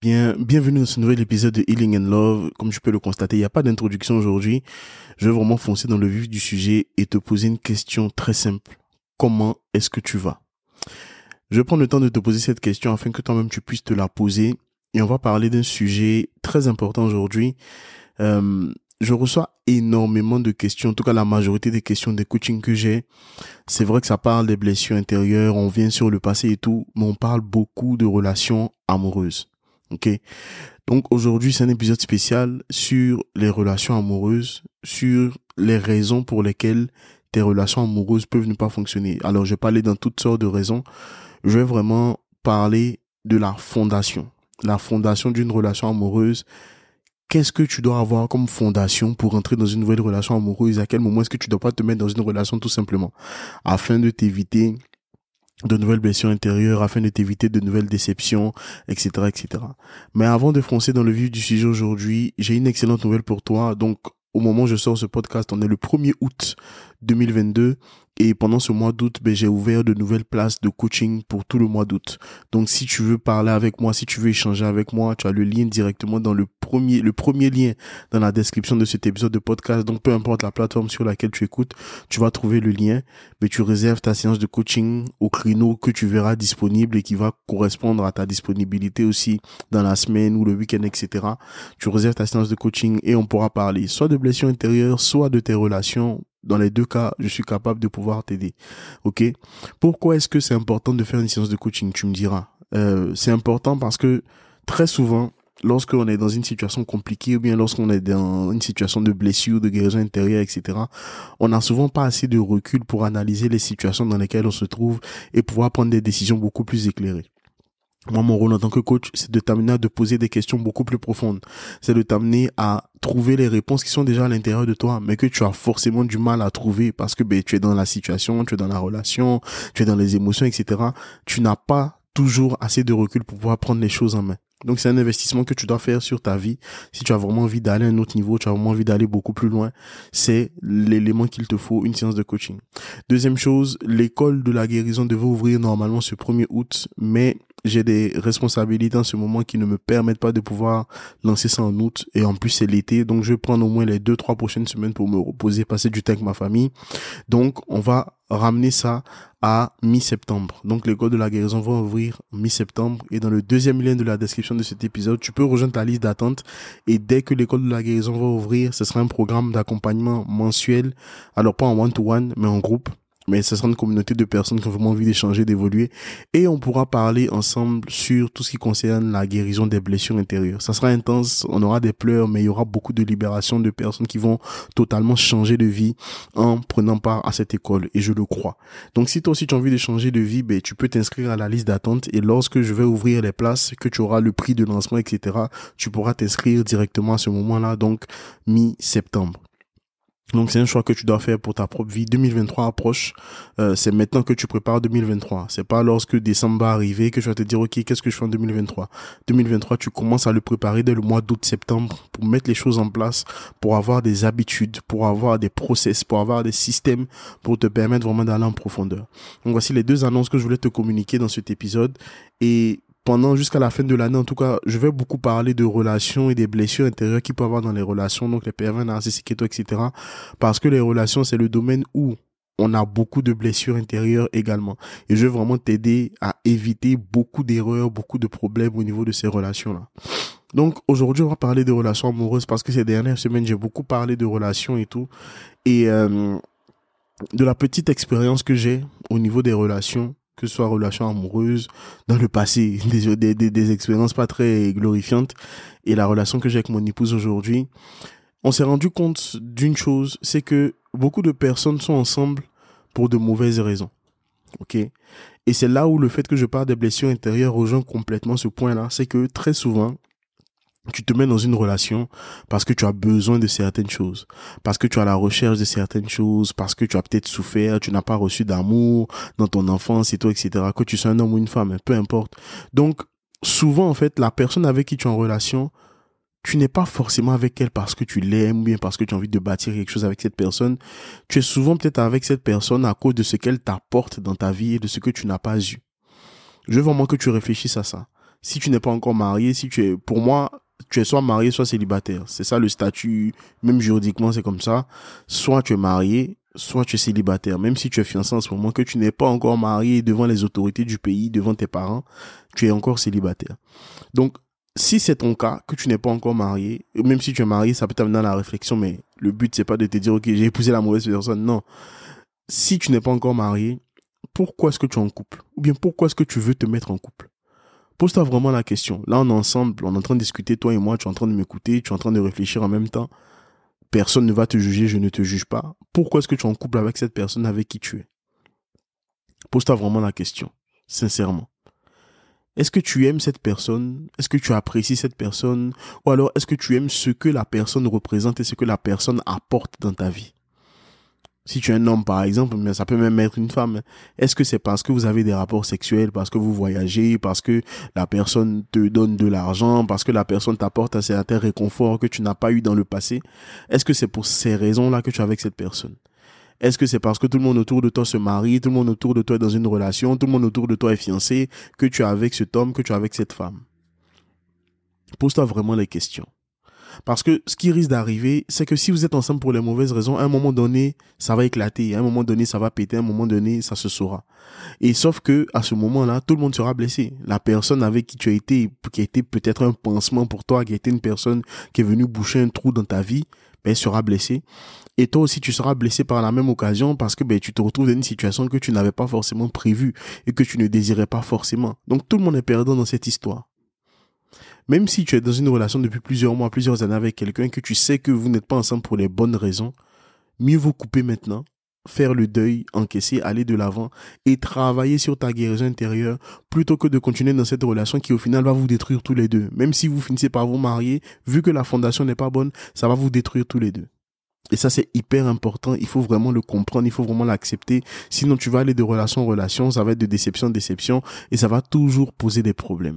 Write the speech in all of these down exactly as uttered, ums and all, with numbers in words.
Bien, bienvenue dans ce nouvel épisode de Healing and Love. Comme tu peux le constater, il n'y a pas d'introduction aujourd'hui. Je vais vraiment foncer dans le vif du sujet et te poser une question très simple. Comment est-ce que tu vas? Je vais prendre le temps de te poser cette question afin que toi-même tu puisses te la poser. Et on va parler d'un sujet très important aujourd'hui. Euh, je reçois énormément de questions, en tout cas la majorité des questions des coachings que j'ai. C'est vrai que ça parle des blessures intérieures, on vient sur le passé et tout, mais on parle beaucoup de relations amoureuses. Ok, donc aujourd'hui c'est un épisode spécial sur les relations amoureuses, sur les raisons pour lesquelles tes relations amoureuses peuvent ne pas fonctionner. Alors je vais parler dans toutes sortes de raisons. Je vais vraiment parler de la fondation, la fondation d'une relation amoureuse. Qu'est-ce que tu dois avoir comme fondation pour entrer dans une nouvelle relation amoureuse? À quel moment est-ce que tu dois pas te mettre dans une relation tout simplement afin de t'éviter de nouvelles blessures intérieures, afin de t'éviter de nouvelles déceptions, et cetera, et cetera. Mais avant de foncer dans le vif du sujet aujourd'hui, j'ai une excellente nouvelle pour toi. Donc, au moment où je sors ce podcast, on est le premier août deux mille vingt-deux. Et pendant ce mois d'août, ben, j'ai ouvert de nouvelles places de coaching pour tout le mois d'août. Donc, si tu veux parler avec moi, si tu veux échanger avec moi, tu as le lien directement dans le premier, le premier lien dans la description de cet épisode de podcast. Donc, peu importe la plateforme sur laquelle tu écoutes, tu vas trouver le lien. Mais tu réserves ta séance de coaching au créneau que tu verras disponible et qui va correspondre à ta disponibilité aussi dans la semaine ou le week-end, et cetera. Tu réserves ta séance de coaching et on pourra parler soit de blessures intérieures, soit de tes relations. Dans les deux cas, je suis capable de pouvoir t'aider. Ok? Pourquoi est-ce que c'est important de faire une séance de coaching? Tu me diras. Euh, c'est important parce que très souvent, lorsqu'on est dans une situation compliquée ou bien lorsqu'on est dans une situation de blessure, de guérison intérieure, et cetera, on n'a souvent pas assez de recul pour analyser les situations dans lesquelles on se trouve et pouvoir prendre des décisions beaucoup plus éclairées. Moi, mon rôle en tant que coach, c'est de t'amener à te poser des questions beaucoup plus profondes. C'est de t'amener à trouver les réponses qui sont déjà à l'intérieur de toi, mais que tu as forcément du mal à trouver parce que ben, tu es dans la situation, tu es dans la relation, tu es dans les émotions, et cetera. Tu n'as pas toujours assez de recul pour pouvoir prendre les choses en main. Donc, c'est un investissement que tu dois faire sur ta vie. Si tu as vraiment envie d'aller à un autre niveau, tu as vraiment envie d'aller beaucoup plus loin, c'est l'élément qu'il te faut, une séance de coaching. Deuxième chose, l'école de la guérison devait ouvrir normalement ce premier août, mais j'ai des responsabilités en ce moment qui ne me permettent pas de pouvoir lancer ça en août. Et en plus, c'est l'été. Donc, je vais prendre au moins les deux, trois prochaines semaines pour me reposer, passer du temps avec ma famille. Donc, on va ramener ça à mi-septembre. Donc, l'école de la guérison va ouvrir mi-septembre. Et dans le deuxième lien de la description de cet épisode, tu peux rejoindre ta liste d'attente. Et dès que l'école de la guérison va ouvrir, ce sera un programme d'accompagnement mensuel. Alors, pas en one-to-one, mais en groupe. Mais ce sera une communauté de personnes qui ont vraiment envie d'échanger, d'évoluer. Et on pourra parler ensemble sur tout ce qui concerne la guérison des blessures intérieures. Ça sera intense, on aura des pleurs, mais il y aura beaucoup de libération de personnes qui vont totalement changer de vie en prenant part à cette école. Et je le crois. Donc si toi aussi tu as envie de changer de vie, ben, tu peux t'inscrire à la liste d'attente. Et lorsque je vais ouvrir les places, que tu auras le prix de lancement, et cetera, tu pourras t'inscrire directement à ce moment-là, donc mi-septembre. Donc c'est un choix que tu dois faire pour ta propre vie. deux mille vingt-trois approche, euh, c'est maintenant que tu prépares deux mille vingt-trois. C'est pas lorsque décembre va arriver que tu vas te dire ok, qu'est-ce que je fais en deux mille vingt-trois. deux mille vingt-trois, tu commences à le préparer dès le mois d'août-septembre pour mettre les choses en place, pour avoir des habitudes, pour avoir des process, pour avoir des systèmes pour te permettre vraiment d'aller en profondeur. Donc voici les deux annonces que je voulais te communiquer dans cet épisode. Et pendant jusqu'à la fin de l'année, en tout cas, je vais beaucoup parler de relations et des blessures intérieures qu'il peut y avoir dans les relations, donc les pervers narcissiques et tout, et cetera. Parce que les relations, c'est le domaine où on a beaucoup de blessures intérieures également. Et je vais vraiment t'aider à éviter beaucoup d'erreurs, beaucoup de problèmes au niveau de ces relations-là. Donc aujourd'hui, on va parler de relations amoureuses parce que ces dernières semaines, j'ai beaucoup parlé de relations et tout. Et euh, de la petite expérience que j'ai au niveau des relations, que ce soit relations amoureuses, dans le passé, des, des, des, des expériences pas très glorifiantes, et la relation que j'ai avec mon épouse aujourd'hui, on s'est rendu compte d'une chose, c'est que beaucoup de personnes sont ensemble pour de mauvaises raisons. Ok? Et c'est là où le fait que je parle des blessures intérieures rejoint complètement ce point-là, c'est que très souvent, tu te mets dans une relation parce que tu as besoin de certaines choses, parce que tu as la recherche de certaines choses, parce que tu as peut-être souffert, tu n'as pas reçu d'amour dans ton enfance et tout, et cetera. Que tu sois un homme ou une femme, peu importe. Donc, souvent, en fait, la personne avec qui tu es en relation, tu n'es pas forcément avec elle parce que tu l'aimes ou bien parce que tu as envie de bâtir quelque chose avec cette personne. Tu es souvent peut-être avec cette personne à cause de ce qu'elle t'apporte dans ta vie et de ce que tu n'as pas eu. Je veux vraiment que tu réfléchisses à ça. Si tu n'es pas encore marié, si tu es, pour moi, tu es soit marié, soit célibataire. C'est ça le statut, même juridiquement, c'est comme ça. Soit tu es marié, soit tu es célibataire. Même si tu es fiancé en ce moment, que tu n'es pas encore marié devant les autorités du pays, devant tes parents, tu es encore célibataire. Donc, si c'est ton cas, que tu n'es pas encore marié, même si tu es marié, ça peut t'amener à la réflexion, mais le but, c'est pas de te dire, ok, j'ai épousé la mauvaise personne. Non. Si tu n'es pas encore marié, pourquoi est-ce que tu es en couple? Ou bien pourquoi est-ce que tu veux te mettre en couple? Pose-toi vraiment la question. Là, on est ensemble, on est en train de discuter, toi et moi, tu es en train de m'écouter, tu es en train de réfléchir en même temps. Personne ne va te juger, je ne te juge pas. Pourquoi est-ce que tu es en couple avec cette personne avec qui tu es? Pose-toi vraiment la question, sincèrement. Est-ce que tu aimes cette personne? Est-ce que tu apprécies cette personne? Ou alors, est-ce que tu aimes ce que la personne représente et ce que la personne apporte dans ta vie? Si tu es un homme, par exemple, mais ça peut même être une femme. Est-ce que c'est parce que vous avez des rapports sexuels, parce que vous voyagez, parce que la personne te donne de l'argent, parce que la personne t'apporte un certain réconfort que tu n'as pas eu dans le passé? Est-ce que c'est pour ces raisons-là que tu es avec cette personne? Est-ce que c'est parce que tout le monde autour de toi se marie, tout le monde autour de toi est dans une relation, tout le monde autour de toi est fiancé, que tu es avec cet homme, que tu es avec cette femme? Pose-toi vraiment les questions. Parce que ce qui risque d'arriver, c'est que si vous êtes ensemble pour les mauvaises raisons, à un moment donné, ça va éclater. À un moment donné, ça va péter. À un moment donné, ça se saura. Et sauf que, à ce moment-là, tout le monde sera blessé. La personne avec qui tu as été, qui a été peut-être un pansement pour toi, qui a été une personne qui est venue boucher un trou dans ta vie, ben, elle sera blessée. Et toi aussi, tu seras blessé par la même occasion parce que ben, tu te retrouves dans une situation que tu n'avais pas forcément prévue et que tu ne désirais pas forcément. Donc, tout le monde est perdant dans cette histoire. Même si tu es dans une relation depuis plusieurs mois, plusieurs années avec quelqu'un, que tu sais que vous n'êtes pas ensemble pour les bonnes raisons, mieux vaut couper maintenant, faire le deuil, encaisser, aller de l'avant et travailler sur ta guérison intérieure plutôt que de continuer dans cette relation qui au final va vous détruire tous les deux. Même si vous finissez par vous marier, vu que la fondation n'est pas bonne, ça va vous détruire tous les deux. Et ça, c'est hyper important. Il faut vraiment le comprendre. Il faut vraiment l'accepter. Sinon, tu vas aller de relation en relation. Ça va être de déception en déception et ça va toujours poser des problèmes.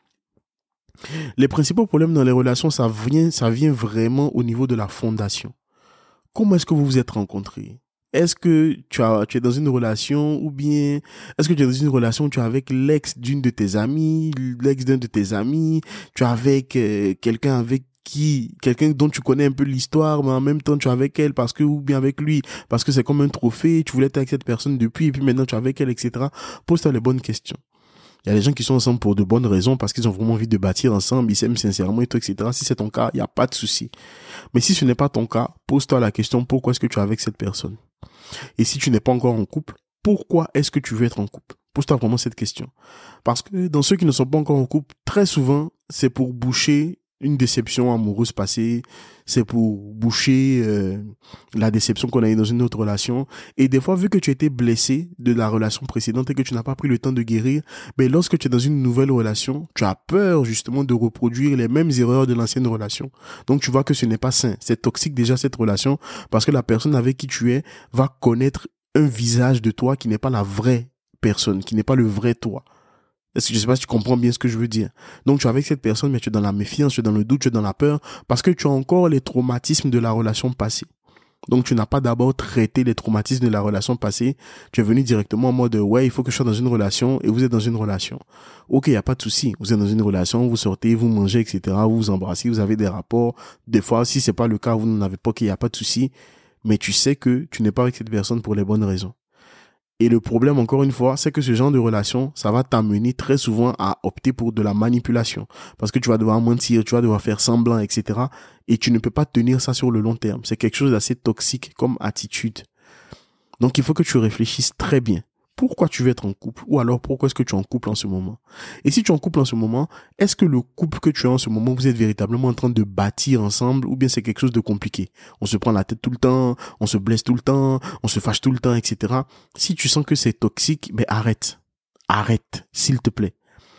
Les principaux problèmes dans les relations, ça vient, ça vient vraiment au niveau de la fondation. Comment est-ce que vous vous êtes rencontrés? Est-ce que tu as, tu es dans une relation ou bien est-ce que tu es dans une relation où tu es avec l'ex d'une de tes amies, l'ex d'un de tes amis, tu es avec euh, quelqu'un avec qui, quelqu'un dont tu connais un peu l'histoire, mais en même temps tu es avec elle parce que, ou bien avec lui, parce que c'est comme un trophée, tu voulais être avec cette personne depuis et puis maintenant tu es avec elle, et cetera. Pose-toi les bonnes questions. Il y a des gens qui sont ensemble pour de bonnes raisons, parce qu'ils ont vraiment envie de bâtir ensemble, ils s'aiment sincèrement et tout, et cetera. Si c'est ton cas, il n'y a pas de souci. Mais si ce n'est pas ton cas, pose-toi la question, pourquoi est-ce que tu es avec cette personne? Et si tu n'es pas encore en couple, pourquoi est-ce que tu veux être en couple? Pose-toi vraiment cette question. Parce que dans ceux qui ne sont pas encore en couple, très souvent, c'est pour boucher une déception amoureuse passée, c'est pour boucher euh, la déception qu'on a eue dans une autre relation. Et des fois, vu que tu as été blessé de la relation précédente et que tu n'as pas pris le temps de guérir, mais lorsque tu es dans une nouvelle relation, tu as peur justement de reproduire les mêmes erreurs de l'ancienne relation. Donc tu vois que ce n'est pas sain, c'est toxique déjà cette relation, parce que la personne avec qui tu es va connaître un visage de toi qui n'est pas la vraie personne, qui n'est pas le vrai toi. Est-ce que je sais pas si tu comprends bien ce que je veux dire. Donc tu es avec cette personne, mais tu es dans la méfiance, tu es dans le doute, tu es dans la peur, parce que tu as encore les traumatismes de la relation passée. Donc tu n'as pas d'abord traité les traumatismes de la relation passée. Tu es venu directement en mode ouais, il faut que je sois dans une relation, et vous êtes dans une relation. Ok, il y a pas de souci. Vous êtes dans une relation, vous sortez, vous mangez, et cetera. Vous vous embrassez, vous avez des rapports. Des fois, si c'est pas le cas, vous n'en avez pas, ok, il y a pas de souci. Mais tu sais que tu n'es pas avec cette personne pour les bonnes raisons. Et le problème, encore une fois, c'est que ce genre de relation, ça va t'amener très souvent à opter pour de la manipulation. Parce que tu vas devoir mentir, tu vas devoir faire semblant, et cetera. Et tu ne peux pas tenir ça sur le long terme. C'est quelque chose d'assez toxique comme attitude. Donc, il faut que tu réfléchisses très bien. Pourquoi tu veux être en couple? Ou alors, pourquoi est-ce que tu es en couple en ce moment? Et si tu es en couple en ce moment, est-ce que le couple que tu as en ce moment, vous êtes véritablement en train de bâtir ensemble ou bien c'est quelque chose de compliqué? On se prend la tête tout le temps, on se blesse tout le temps, on se fâche tout le temps, et cetera. Si tu sens que c'est toxique, ben arrête. Arrête, s'il te plaît.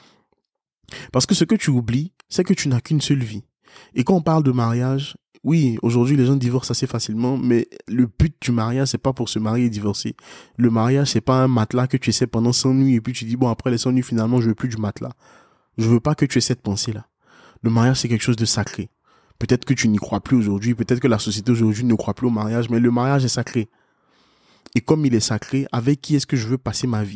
Parce que ce que tu oublies, c'est que tu n'as qu'une seule vie. Et quand on parle de mariage, oui, aujourd'hui, les gens divorcent assez facilement, mais le but du mariage, c'est pas pour se marier et divorcer. Le mariage, c'est pas un matelas que tu essaies pendant cent nuits et puis tu dis, bon, après les cent nuits, finalement, je veux plus du matelas. Je veux pas que tu aies cette pensée-là. Le mariage, c'est quelque chose de sacré. Peut-être que tu n'y crois plus aujourd'hui, peut-être que la société aujourd'hui ne croit plus au mariage, mais le mariage est sacré. Et comme il est sacré, avec qui est-ce que je veux passer ma vie?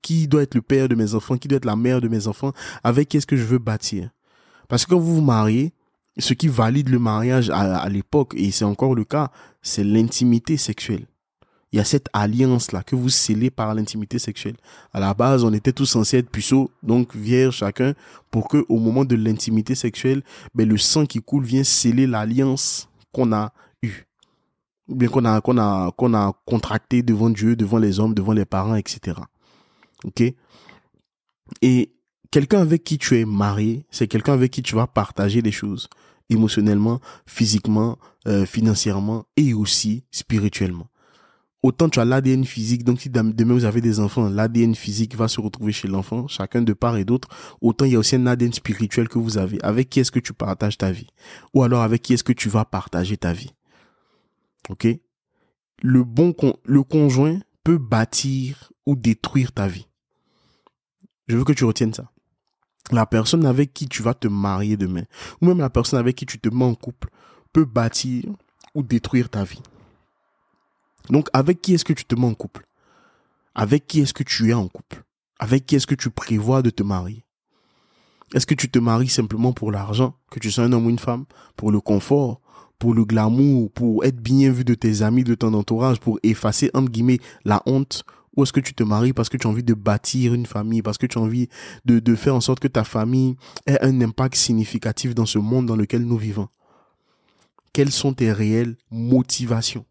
qui doit être le père de mes enfants, qui doit être la mère de mes enfants, avec qui est-ce que je veux bâtir. Parce que quand vous vous mariez, ce qui valide le mariage à, à l'époque, et c'est encore le cas, c'est l'intimité sexuelle. Il y a cette alliance-là que vous scellez par l'intimité sexuelle. À la base, on était tous censés être puceaux, donc vierges chacun, pour que au moment de l'intimité sexuelle, ben, le sang qui coule vient sceller l'alliance qu'on a eue. Ou bien qu'on a, qu'on a, qu'on a contracté devant Dieu, devant les hommes, devant les parents, et cetera. Ok? Et quelqu'un avec qui tu es marié, c'est quelqu'un avec qui tu vas partager des choses. Émotionnellement, physiquement, euh, financièrement et aussi spirituellement. Autant tu as l'A D N physique, donc si demain vous avez des enfants, l'A D N physique va se retrouver chez l'enfant, chacun de part et d'autre, autant il y a aussi un A D N spirituel que vous avez. Avec qui est-ce que tu partages ta vie? Ou alors avec qui est-ce que tu vas partager ta vie? Ok? Le bon con, le conjoint peut bâtir ou détruire ta vie. Je veux que tu retiennes ça. La personne avec qui tu vas te marier demain, ou même la personne avec qui tu te mets en couple, peut bâtir ou détruire ta vie. Donc, avec qui est-ce que tu te mets en couple? Avec qui est-ce que tu es en couple? Avec qui est-ce que tu prévois de te marier? Est-ce que tu te maries simplement pour l'argent, que tu sois un homme ou une femme, pour le confort, pour le glamour, pour être bien vu de tes amis, de ton entourage, pour effacer, entre guillemets, la honte? Ou est-ce que tu te maries parce que tu as envie de bâtir une famille, parce que tu as envie de, de faire en sorte que ta famille ait un impact significatif dans ce monde dans lequel nous vivons? Quelles sont tes réelles motivations?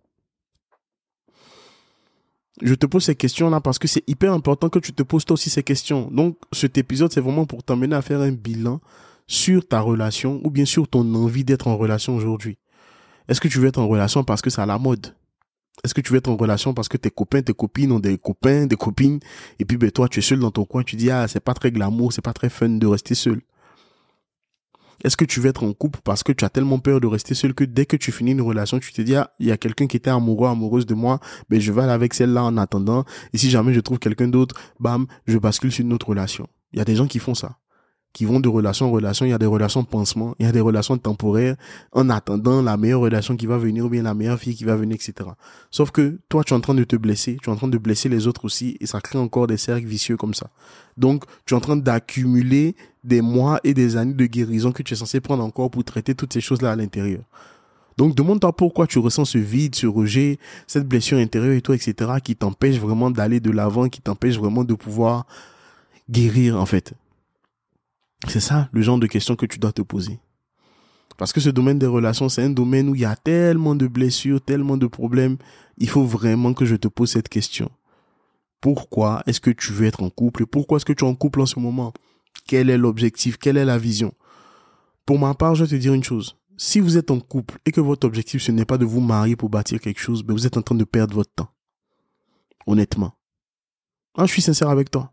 Je te pose ces questions-là parce que c'est hyper important que tu te poses toi aussi ces questions. Donc, cet épisode, c'est vraiment pour t'emmener à faire un bilan sur ta relation ou bien sur ton envie d'être en relation aujourd'hui. Est-ce que tu veux être en relation parce que c'est à la mode? Est-ce que tu veux être en relation parce que tes copains, tes copines ont des copains, des copines, et puis ben, toi, tu es seul dans ton coin, tu dis, ah, c'est pas très glamour, c'est pas très fun de rester seul. Est-ce que tu veux être en couple parce que tu as tellement peur de rester seul que dès que tu finis une relation, tu te dis, ah, il y a quelqu'un qui était amoureux, amoureuse de moi, ben, je vais aller avec celle-là en attendant. Et si jamais je trouve quelqu'un d'autre, bam, je bascule sur une autre relation. Il y a des gens qui font ça, qui vont de relation en relation. Il y a des relations pansement, il y a des relations temporaires en attendant la meilleure relation qui va venir ou bien la meilleure fille qui va venir, et cetera. Sauf que toi, tu es en train de te blesser, tu es en train de blesser les autres aussi et ça crée encore des cercles vicieux comme ça. Donc, tu es en train d'accumuler des mois et des années de guérison que tu es censé prendre encore pour traiter toutes ces choses-là à l'intérieur. Donc, demande-toi pourquoi tu ressens ce vide, ce rejet, cette blessure intérieure et tout, et cetera qui t'empêche vraiment d'aller de l'avant, qui t'empêche vraiment de pouvoir guérir, en fait. C'est ça, le genre de questions que tu dois te poser. Parce que ce domaine des relations, c'est un domaine où il y a tellement de blessures, tellement de problèmes. Il faut vraiment que je te pose cette question. Pourquoi est-ce que tu veux être en couple? Pourquoi est-ce que tu es en couple en ce moment? Quel est l'objectif? Quelle est la vision? Pour ma part, je vais te dire une chose. Si vous êtes en couple et que votre objectif, ce n'est pas de vous marier pour bâtir quelque chose, ben vous êtes en train de perdre votre temps. Honnêtement. Ah, je suis sincère avec toi.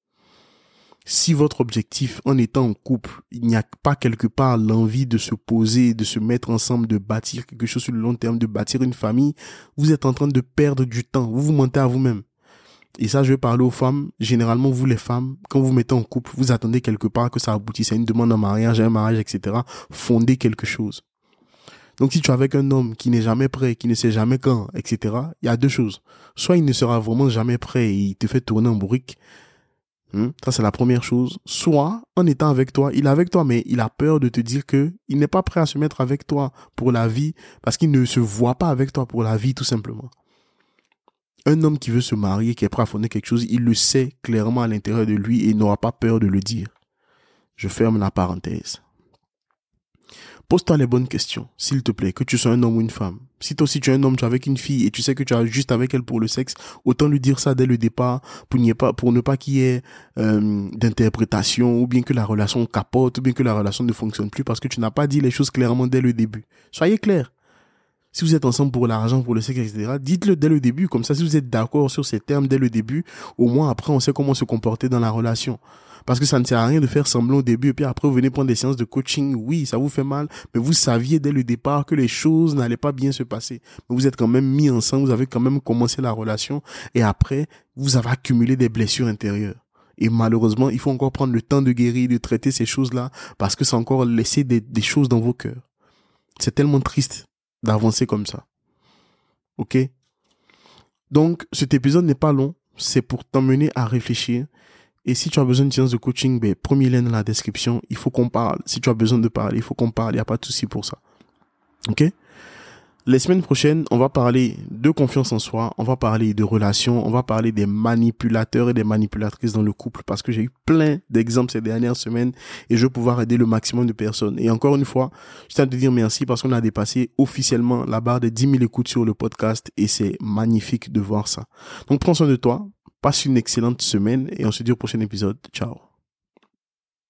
Si votre objectif, en étant en couple, il n'y a pas quelque part l'envie de se poser, de se mettre ensemble, de bâtir quelque chose sur le long terme, de bâtir une famille, vous êtes en train de perdre du temps. Vous vous mentez à vous-même. Et ça, je vais parler aux femmes. Généralement, vous les femmes, quand vous mettez en couple, vous attendez quelque part que ça aboutisse à une demande en mariage, à un mariage, et cetera. Fondez quelque chose. Donc, si tu es avec un homme qui n'est jamais prêt, qui ne sait jamais quand, et cetera, il y a deux choses. Soit il ne sera vraiment jamais prêt et il te fait tourner en bourrique. Hum, ça, c'est la première chose. Soit, en étant avec toi, il est avec toi, mais il a peur de te dire que il n'est pas prêt à se mettre avec toi pour la vie parce qu'il ne se voit pas avec toi pour la vie, tout simplement. Un homme qui veut se marier, qui est prêt à fonder quelque chose, il le sait clairement à l'intérieur de lui et il n'aura pas peur de le dire. Je ferme la parenthèse. Pose-toi les bonnes questions, s'il te plaît, que tu sois un homme ou une femme. Si toi aussi tu es un homme, tu es avec une fille et tu sais que tu es juste avec elle pour le sexe, autant lui dire ça dès le départ pour, n'y ait pas, pour ne pas qu'il y ait euh, d'interprétation ou bien que la relation capote ou bien que la relation ne fonctionne plus parce que tu n'as pas dit les choses clairement dès le début. Soyez clairs. Si vous êtes ensemble pour l'argent, pour le sexe, et cetera, dites-le dès le début. Comme ça, si vous êtes d'accord sur ces termes dès le début, au moins après, on sait comment se comporter dans la relation. Parce que ça ne sert à rien de faire semblant au début et puis après, vous venez prendre des séances de coaching. Oui, ça vous fait mal, mais vous saviez dès le départ que les choses n'allaient pas bien se passer. Mais vous êtes quand même mis ensemble, vous avez quand même commencé la relation et après, vous avez accumulé des blessures intérieures. Et malheureusement, il faut encore prendre le temps de guérir, de traiter ces choses-là parce que c'est encore laisser des, des choses dans vos cœurs. C'est tellement triste d'avancer comme ça. Ok? Donc, cet épisode n'est pas long. c'est pour t'emmener à réfléchir. Et si tu as besoin d'une séance de coaching, ben, premier lien dans la description, il faut qu'on parle. Si tu as besoin de parler, il faut qu'on parle. Il n'y a pas de souci pour ça. Ok? Les semaines prochaines, on va parler de confiance en soi, on va parler de relations, on va parler des manipulateurs et des manipulatrices dans le couple parce que j'ai eu plein d'exemples ces dernières semaines et je veux pouvoir aider le maximum de personnes. Et encore une fois, je tiens à te dire merci parce qu'on a dépassé officiellement la barre de dix mille écoutes sur le podcast et c'est magnifique de voir ça. Donc prends soin de toi, passe une excellente semaine et on se dit au prochain épisode. Ciao.